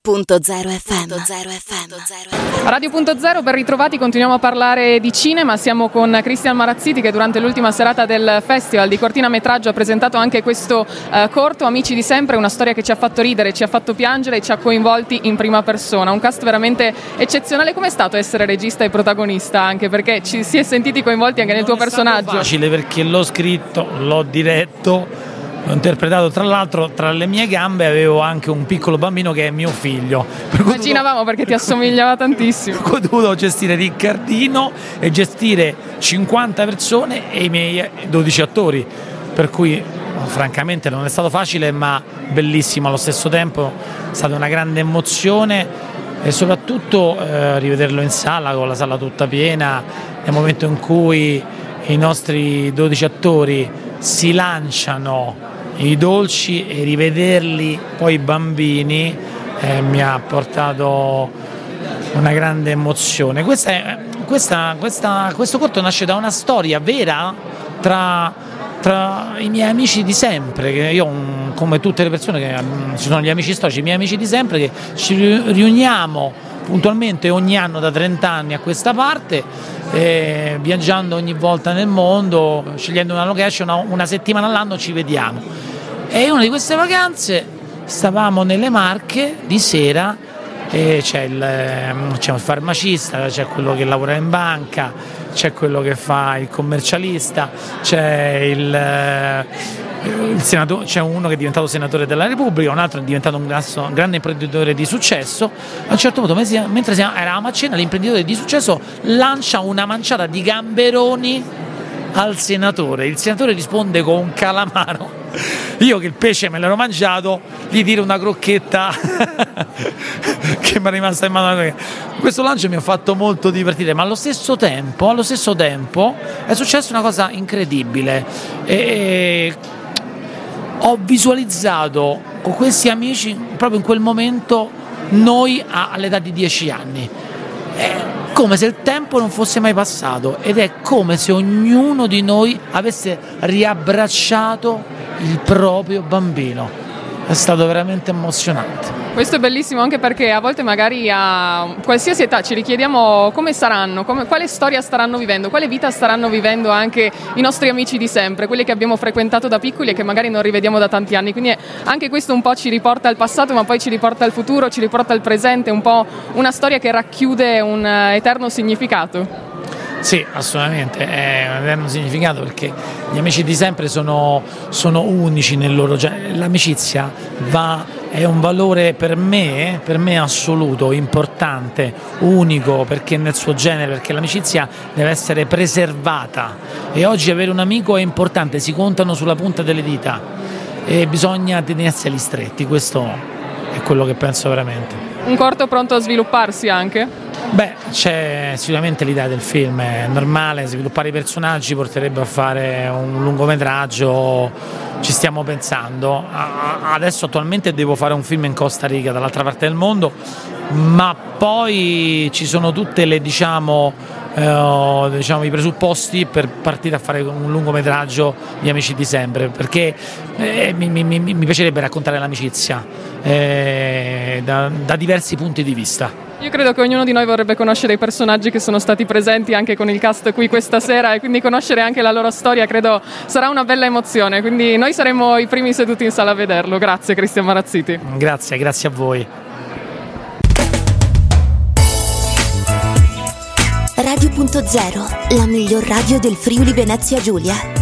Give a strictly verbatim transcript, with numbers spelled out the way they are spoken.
Punto zero F M. Radio Punto Zero, ben ritrovati, continuiamo a parlare di cinema, siamo con Cristian Marazziti che durante l'ultima serata del Festival di Cortinametraggio ha presentato anche questo uh, corto, Amici di sempre, una storia che ci ha fatto ridere, ci ha fatto piangere e ci ha coinvolti in prima persona, un cast veramente eccezionale. Com'è stato essere regista e protagonista, anche perché ci si è sentiti coinvolti anche nel tuo personaggio? Non è facile perché l'ho scritto, l'ho diretto, l'ho interpretato, tra l'altro tra le mie gambe avevo anche un piccolo bambino che è mio figlio. Immaginavamo perché ti assomigliava tantissimo. Ho dovuto gestire Riccardino e gestire cinquanta persone e i miei dodici attori, per cui francamente non è stato facile ma bellissimo allo stesso tempo, è stata una grande emozione e soprattutto eh, rivederlo in sala con la sala tutta piena nel momento in cui i nostri dodici attori si lanciano i dolci e rivederli poi bambini eh, mi ha portato una grande emozione. Questa è, questa, questa, questo corto nasce da una storia vera tra, tra i miei amici di sempre, che io come tutte le persone che ci sono gli amici storici, i miei amici di sempre che ci riuniamo puntualmente ogni anno da trenta anni a questa parte, eh, viaggiando ogni volta nel mondo, scegliendo una location, una, una settimana all'anno ci vediamo. E in una di queste vacanze stavamo nelle Marche di sera, e c'è, il, c'è un farmacista, c'è quello che lavora in banca, c'è quello che fa il commercialista, c'è il... Il senatore, c'è uno che è diventato senatore della Repubblica, un altro è diventato un, grasso, un grande imprenditore di successo. A un certo punto, mentre eravamo a cena, l'imprenditore di successo lancia una manciata di gamberoni al senatore. Il senatore risponde con un calamaro. Io che il pesce me l'ero mangiato, gli tiro una crocchetta che mi è rimasta in mano. Questo lancio mi ha fatto molto divertire, ma allo stesso tempo, allo stesso tempo è successa una cosa incredibile. E ho visualizzato con questi amici proprio in quel momento noi all'età di dieci anni, è come se il tempo non fosse mai passato ed è come se ognuno di noi avesse riabbracciato il proprio bambino. È stato veramente emozionante. Questo è bellissimo anche perché a volte magari a qualsiasi età ci richiediamo come saranno, come, quale storia staranno vivendo, quale vita staranno vivendo anche i nostri amici di sempre, quelli che abbiamo frequentato da piccoli e che magari non rivediamo da tanti anni. Quindi anche questo un po' ci riporta al passato ma poi ci riporta al futuro, ci riporta al presente, un po' una storia che racchiude un eterno significato. Sì, assolutamente, è un eterno significato perché gli amici di sempre sono, sono unici nel loro genere. L'amicizia va, è un valore per me, per me assoluto, importante, unico perché nel suo genere, perché l'amicizia deve essere preservata e oggi avere un amico è importante, si contano sulla punta delle dita e bisogna tenerseli stretti, questo è quello che penso veramente. Un corto pronto a svilupparsi anche? Beh, c'è sicuramente l'idea del film, è normale, sviluppare i personaggi porterebbe a fare un lungometraggio, ci stiamo pensando. Adesso attualmente devo fare un film in Costa Rica, dall'altra parte del mondo, ma poi ci sono tutte le diciamo, eh, diciamo i presupposti per partire a fare un lungometraggio di Amici di sempre, perché eh, mi, mi, mi piacerebbe raccontare l'amicizia eh, da, da diversi punti di vista. Io credo che ognuno di noi vorrebbe conoscere i personaggi che sono stati presenti anche con il cast qui questa sera e quindi conoscere anche la loro storia credo sarà una bella emozione, quindi noi saremo i primi seduti in sala a vederlo. Grazie Cristian Marazziti. Grazie, grazie a voi. Radio Punto Zero, la miglior radio del Friuli Venezia Giulia.